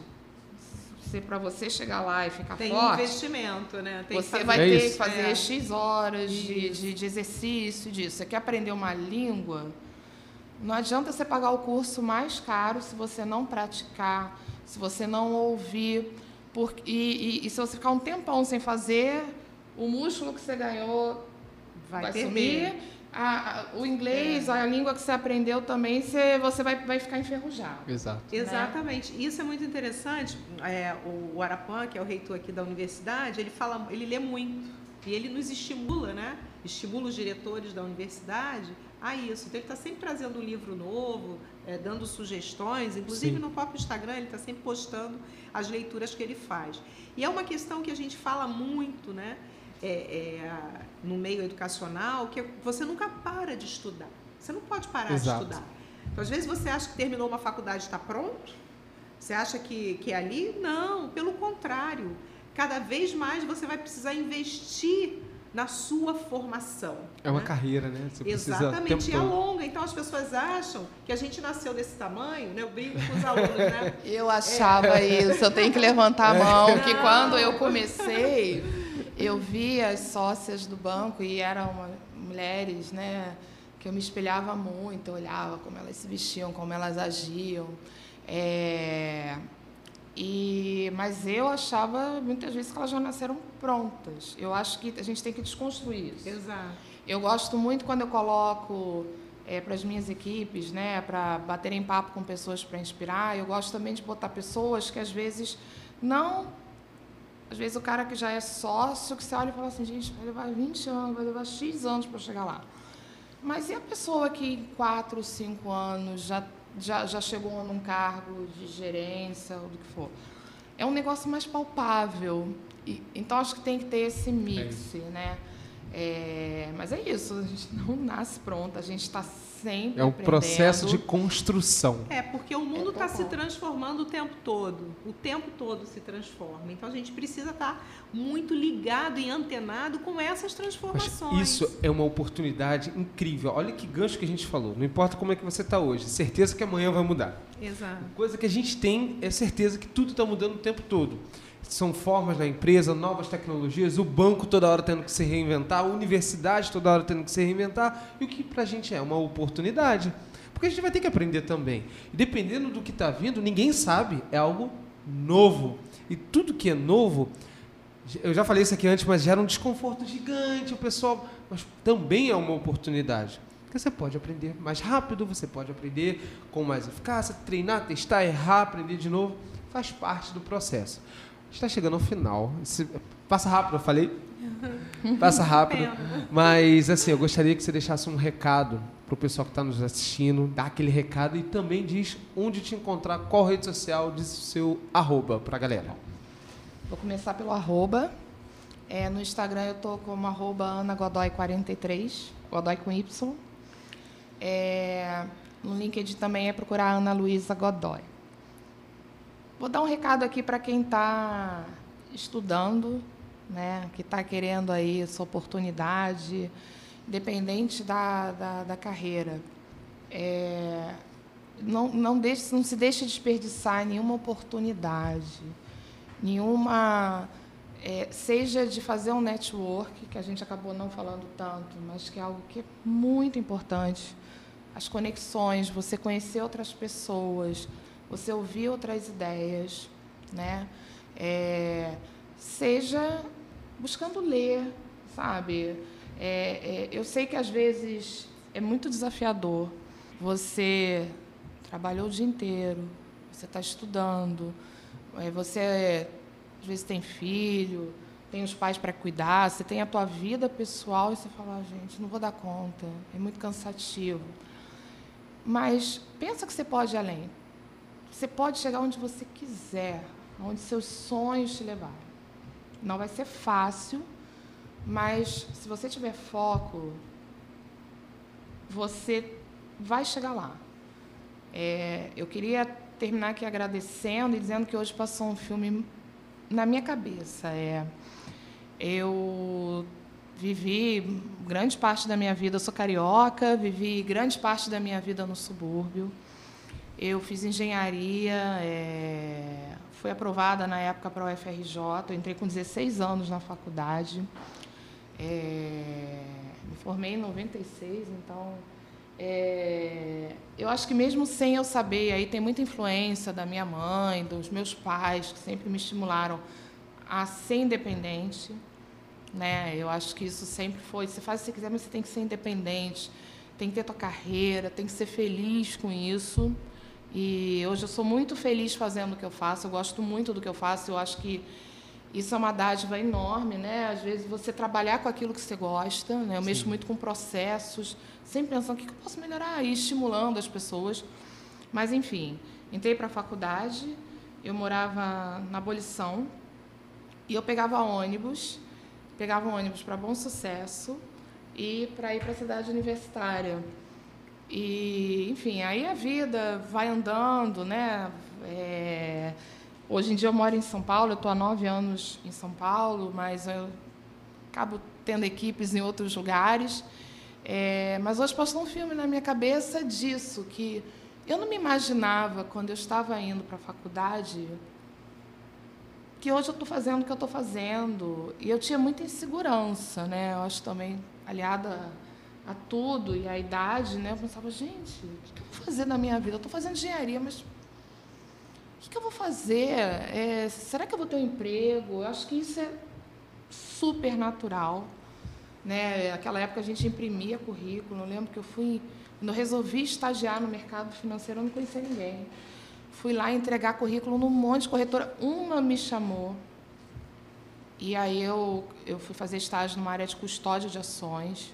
Se para você chegar lá e ficar tem forte, tem investimento, né? Tem você que vai é ter isso. que fazer é. X horas de, de, de exercício disso. Você quer aprender uma língua? Não adianta você pagar o curso mais caro se você não praticar, se você não ouvir. Porque, e, e, e se você ficar um tempão sem fazer, o músculo que você ganhou vai, vai sumir. A, a, o inglês, é. a língua que você aprendeu também, você, você vai, vai ficar enferrujado. Exato. Né? Exatamente. Isso é muito interessante. É, o Arapan, que é o reitor aqui da universidade, ele, fala, ele lê muito. E ele nos estimula, né? Estimula os diretores da universidade a isso. Então, ele está sempre trazendo um livro novo, é, dando sugestões. Inclusive, Sim. no próprio Instagram, ele está sempre postando as leituras que ele faz. E é uma questão que a gente fala muito, né? É, é, no meio educacional, que você nunca para de estudar. Você não pode parar Exato. de estudar. Então, às vezes, você acha que terminou uma faculdade e está pronto? Você acha que, que é ali? Não, pelo contrário. Cada vez mais você vai precisar investir na sua formação. É uma né? carreira, né? Você Exatamente, e é longa. Então, as pessoas acham que a gente nasceu desse tamanho, né? Eu brinco com os alunos, né? Eu achava é. isso, eu tenho que levantar a mão, é. que quando eu comecei, eu via as sócias do banco, e eram uma, mulheres, né? Que eu me espelhava muito, eu olhava como elas se vestiam, como elas agiam. É... E, mas eu achava, muitas vezes, que elas já nasceram prontas. Eu acho que a gente tem que desconstruir isso. Exato. Eu gosto muito quando eu coloco é, para as minhas equipes, né, para baterem papo com pessoas para inspirar. Eu gosto também de botar pessoas que, às vezes, não... Às vezes, o cara que já é sócio, que você olha e fala assim, gente, vai levar vinte anos, vai levar X anos para chegar lá. Mas e a pessoa que, em quatro, cinco anos, já... Já, já chegou num cargo de gerência ou do que for. É um negócio mais palpável. E, então, acho que tem que ter esse mix, é. né? É, mas é isso, a gente não nasce pronta, a gente está sempre É um aprendendo. processo de construção. É, porque o mundo É está se total. transformando o tempo todo. O tempo todo se transforma. Então, a gente precisa estar muito ligado e antenado com essas Mas transformações. isso é uma oportunidade incrível. Olha que gancho que a gente falou. Não importa como é que você está hoje, certeza que amanhã vai mudar. Exato. Coisa que a gente tem é certeza que tudo está mudando o tempo todo. São formas na empresa, novas tecnologias, o banco toda hora tendo que se reinventar, a universidade toda hora tendo que se reinventar, e o que para a gente é uma oportunidade. Porque a gente vai ter que aprender também. E dependendo do que está vindo, ninguém sabe, é algo novo. E tudo que é novo, eu já falei isso aqui antes, mas gera um desconforto gigante, o pessoal, mas também é uma oportunidade. Porque você pode aprender mais rápido, você pode aprender com mais eficácia, treinar, testar, errar, aprender de novo, faz parte do processo. Está chegando ao final. Esse- Passa rápido, eu falei? Passa rápido. Pena. Mas, assim, eu gostaria que você deixasse um recado para o pessoal que está nos assistindo, dá aquele recado e também diz onde te encontrar, qual rede social, diz o seu arroba para a galera. Vou começar pelo arroba. É, no Instagram eu estou como arroba Ana Godoy quarenta e três, Godoy com Y. É, no LinkedIn também é procurar Ana Luísa Godoy. Vou dar um recado aqui para quem está estudando, né, que está querendo aí essa oportunidade, independente da, da, da carreira. É, não, não, deixe, não se deixe desperdiçar nenhuma oportunidade, nenhuma... É, seja de fazer um network, que a gente acabou não falando tanto, mas que é algo que é muito importante. As conexões, você conhecer outras pessoas, você ouvir outras ideias, né? É, seja buscando ler, sabe? É, é, eu sei que às vezes é muito desafiador. Você trabalhou o dia inteiro, você está estudando, é, você às vezes tem filho, tem os pais para cuidar, você tem a tua vida pessoal e você fala, ah, gente, não vou dar conta, é muito cansativo. Mas pensa que você pode ir além. Você pode chegar onde você quiser, onde seus sonhos te levarem. Não vai ser fácil, mas se você tiver foco, você vai chegar lá. É, eu queria terminar aqui agradecendo e dizendo que hoje passou um filme na minha cabeça. É, eu vivi grande parte da minha vida, eu sou carioca, vivi grande parte da minha vida no subúrbio. Eu fiz engenharia, é, fui aprovada na época para a U F R J, eu entrei com dezesseis anos na faculdade, é, me formei em noventa e seis, então, é, eu acho que mesmo sem eu saber, aí tem muita influência da minha mãe, dos meus pais, que sempre me estimularam a ser independente, né? Eu acho que isso sempre foi, você faz o que você quiser, mas você tem que ser independente, tem que ter tua carreira, tem que ser feliz com isso. E hoje eu sou muito feliz fazendo o que eu faço, eu gosto muito do que eu faço, eu acho que isso é uma dádiva enorme, né? Às vezes você trabalhar com aquilo que você gosta, né? Eu mexo Sim. muito com processos, sempre pensando o que eu posso melhorar e estimulando as pessoas. Mas, enfim, entrei para a faculdade, eu morava na Abolição e eu pegava ônibus, pegava um ônibus para Bom Sucesso e para ir para a cidade universitária. E, enfim, aí a vida vai andando, né? É, hoje em dia eu moro em São Paulo, eu estou há nove anos em São Paulo, mas eu acabo tendo equipes em outros lugares. É, mas hoje passou um filme na minha cabeça disso, que eu não me imaginava, quando eu estava indo para a faculdade, que hoje eu estou fazendo o que eu estou fazendo. E eu tinha muita insegurança, né? Eu acho também, aliada a tudo e a idade, né? Eu pensava, gente, o que eu vou fazer na minha vida? Eu estou fazendo engenharia, mas o que eu vou fazer? É, será que eu vou ter um emprego? Eu acho que isso é super natural, né? Naquela época a gente imprimia currículo. Eu lembro que eu fui, quando eu resolvi estagiar no mercado financeiro, eu não conhecia ninguém. Fui lá entregar currículo num monte de corretora. Uma me chamou. E aí eu, eu fui fazer estágio numa área de custódia de ações.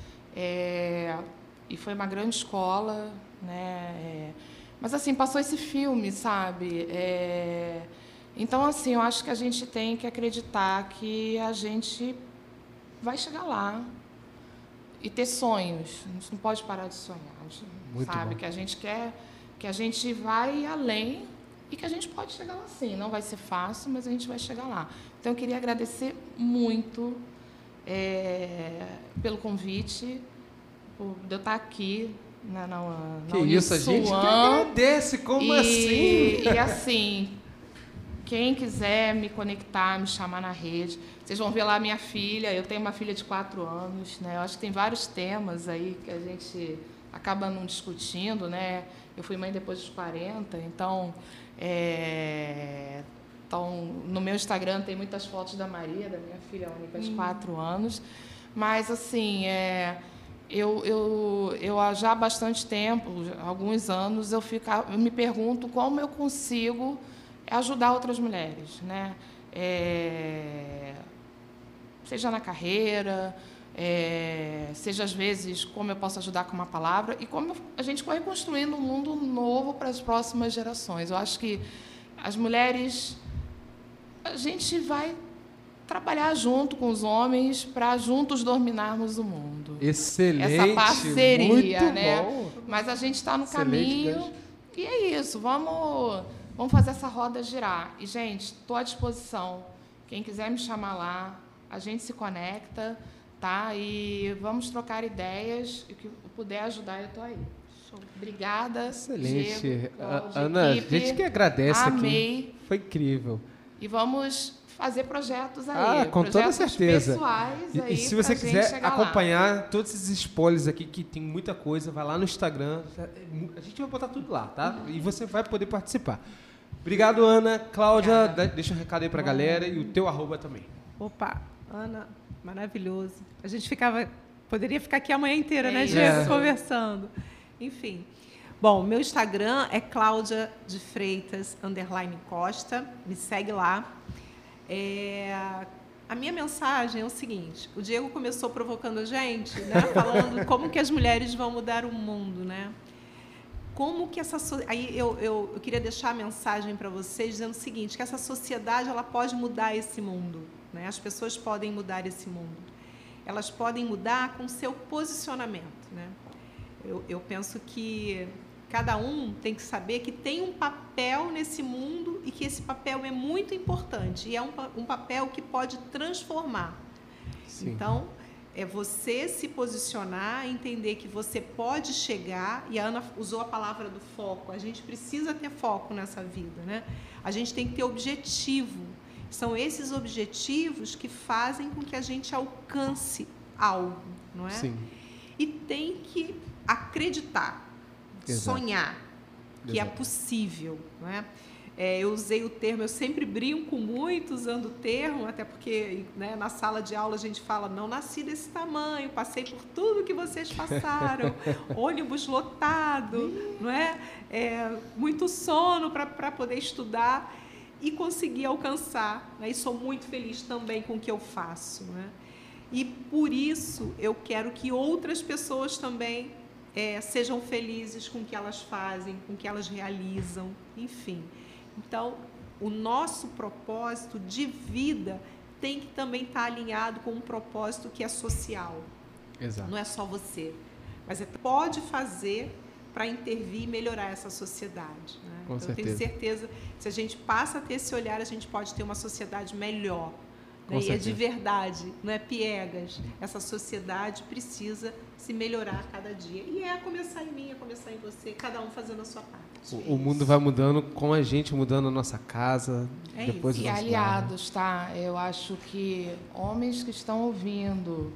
É, e foi uma grande escola, né? É, mas, assim, passou esse filme, sabe? É, então, assim, eu acho que a gente tem que acreditar que a gente vai chegar lá. E ter sonhos. A gente não pode parar de sonhar. A gente Muito sabe bom. que a gente quer, que a gente vai além e que a gente pode chegar lá sim. Não vai ser fácil, mas a gente vai chegar lá. Então, eu queria agradecer muito é, pelo convite, por eu estar aqui na, na, na Que isso, a gente que agradece, como e, assim? E assim, quem quiser me conectar, me chamar na rede, vocês vão ver lá a minha filha. Eu tenho uma filha de quatro anos, né? Eu acho que tem vários temas aí que a gente acaba não discutindo, né? Eu fui mãe depois dos quarenta, então, é... então no meu Instagram tem muitas fotos da Maria, da minha filha única de quatro anos, mas assim, é... Eu, eu, eu já há bastante tempo, alguns anos, eu, fico, eu me pergunto como eu consigo ajudar outras mulheres, né? É, seja na carreira, é, seja às vezes como eu posso ajudar com uma palavra e como a gente vai construindo um mundo novo para as próximas gerações. Eu acho que as mulheres, a gente vai trabalhar junto com os homens para juntos dominarmos o mundo. Excelente. Essa parceria, muito né? Bom. Mas a gente está no Excelente, caminho Deus. e é isso. Vamos, vamos fazer essa roda girar. E, gente, estou à disposição. Quem quiser me chamar lá, a gente se conecta, tá? E vamos trocar ideias. E o que eu puder ajudar, eu estou aí. Show. Obrigada. Excelente. Diego, Cláudia, Ana, equipe. a gente que agradece Amei. aqui. Foi incrível. E vamos fazer projetos aí. Ah, com toda projetos certeza. pessoais E, aí e se você pra gente quiser chegar lá. acompanhar todos esses spoilers aqui, que tem muita coisa, vai lá no Instagram. A gente vai botar tudo lá, tá? E você vai poder participar. Obrigado, Ana. Cláudia, Obrigada. deixa um recado aí pra galera e o teu arroba também. Opa, Ana, maravilhoso. A gente ficava, poderia ficar aqui a manhã inteira, É né, isso. Diego, É. conversando. Enfim. Bom, meu Instagram é Cláudia de Freitas, underline Costa. Me segue lá. É, a minha mensagem é o seguinte: o Diego começou provocando a gente, né, falando como que as mulheres vão mudar o mundo, né? Como que essa so... aí eu, eu, eu queria deixar a mensagem para vocês dizendo o seguinte: que essa sociedade ela pode mudar esse mundo, né? As pessoas podem mudar esse mundo. Elas podem mudar com seu posicionamento, né? Eu, eu penso que cada um tem que saber que tem um papel nesse mundo e que esse papel é muito importante e é um, um papel que pode transformar. Sim. Então, é você se posicionar, entender que você pode chegar, e a Ana usou a palavra do foco. A gente precisa ter foco nessa vida, né? A gente tem que ter objetivo. São esses objetivos que fazem com que a gente alcance algo, não é? Sim. E tem que acreditar, Exato. sonhar que Exato. é possível, não é? É, eu usei o termo, eu sempre brinco muito usando o termo, até porque, né, na sala de aula a gente fala: não nasci desse tamanho, passei por tudo que vocês passaram, ônibus lotado, não é? É, muito sono para poder estudar e conseguir alcançar, né? E sou muito feliz também com o que eu faço, não é? E por isso eu quero que outras pessoas também é, sejam felizes com o que elas fazem, com o que elas realizam, enfim. Então, o nosso propósito de vida tem que também estar alinhado com um propósito que é social. Exato. Não é só você, mas é, pode fazer para intervir e melhorar essa sociedade, né? Com Então, eu tenho certeza. certeza, se a gente passa a ter esse olhar, a gente pode ter uma sociedade melhor. Com Né? E é certeza. de verdade, não é piegas. Essa sociedade precisa se melhorar a cada dia. E é começar em mim, é começar em você, cada um fazendo a sua parte. O, o mundo vai mudando com a gente mudando a nossa casa, É depois isso. do E nosso aliados, tá? Eu acho que homens que estão ouvindo,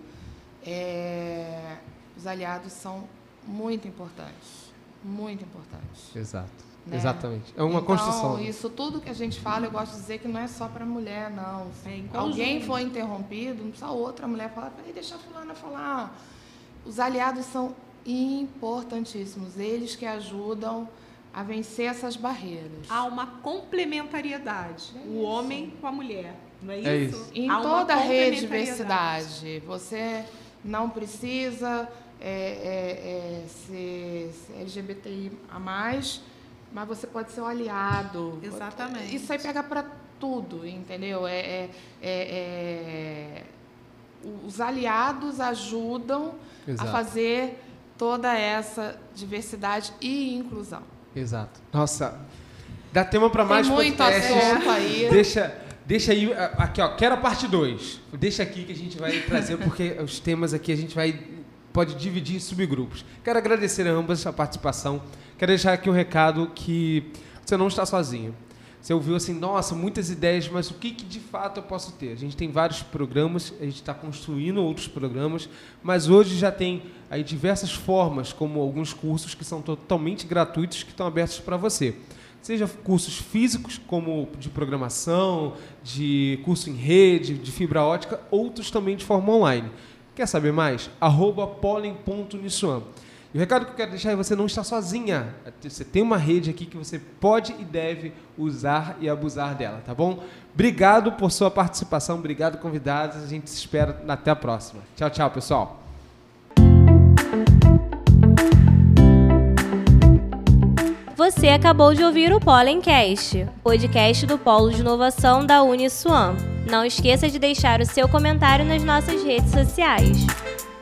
é, os aliados são muito importantes. Muito importantes. lar. Exato. Né? Exatamente. É uma então, construção. né? Isso tudo que a gente fala, eu gosto de dizer que não é só para mulher, não. Se É em alguém conjunto. foi interrompido, não precisa outra mulher falar, peraí, deixa a fulana falar. Os aliados são importantíssimos, eles que ajudam a vencer essas barreiras. Há uma complementariedade, É o isso. homem com a mulher, não é isso? É isso. Em Há uma toda a complementariedade. rediversidade, você não precisa é, é, é, ser, ser L G B T I a mais, mas você pode ser um aliado. Exatamente. Isso aí pega para tudo, entendeu? É, é, é, é... os aliados ajudam Exato. a fazer toda essa diversidade e inclusão. Exato. Nossa, dá tema para mais Tem muito podcasts. assunto aí. Deixa, deixa aí, aqui ó, quero a parte dois. Deixa aqui que a gente vai trazer, porque os temas aqui a gente vai, pode dividir em subgrupos. Quero agradecer a ambas a participação. Quero deixar aqui um recado que você não está sozinho. Você ouviu assim, nossa, muitas ideias, mas o que, que de fato eu posso ter? A gente tem vários programas, a gente está construindo outros programas, mas hoje já tem aí diversas formas, como alguns cursos que são totalmente gratuitos, que estão abertos para você. Seja cursos físicos, como de programação, de curso em rede, de fibra ótica, outros também de forma online. Quer saber mais? arroba polen ponto uniswan. E o recado que eu quero deixar é que você não está sozinha. Você tem uma rede aqui que você pode e deve usar e abusar dela, tá bom? Obrigado por sua participação, obrigado, convidados. A gente se espera até a próxima. Tchau, tchau, pessoal. Você acabou de ouvir o Pollencast, podcast do Polo de Inovação da Uniswan. Não esqueça de deixar o seu comentário nas nossas redes sociais.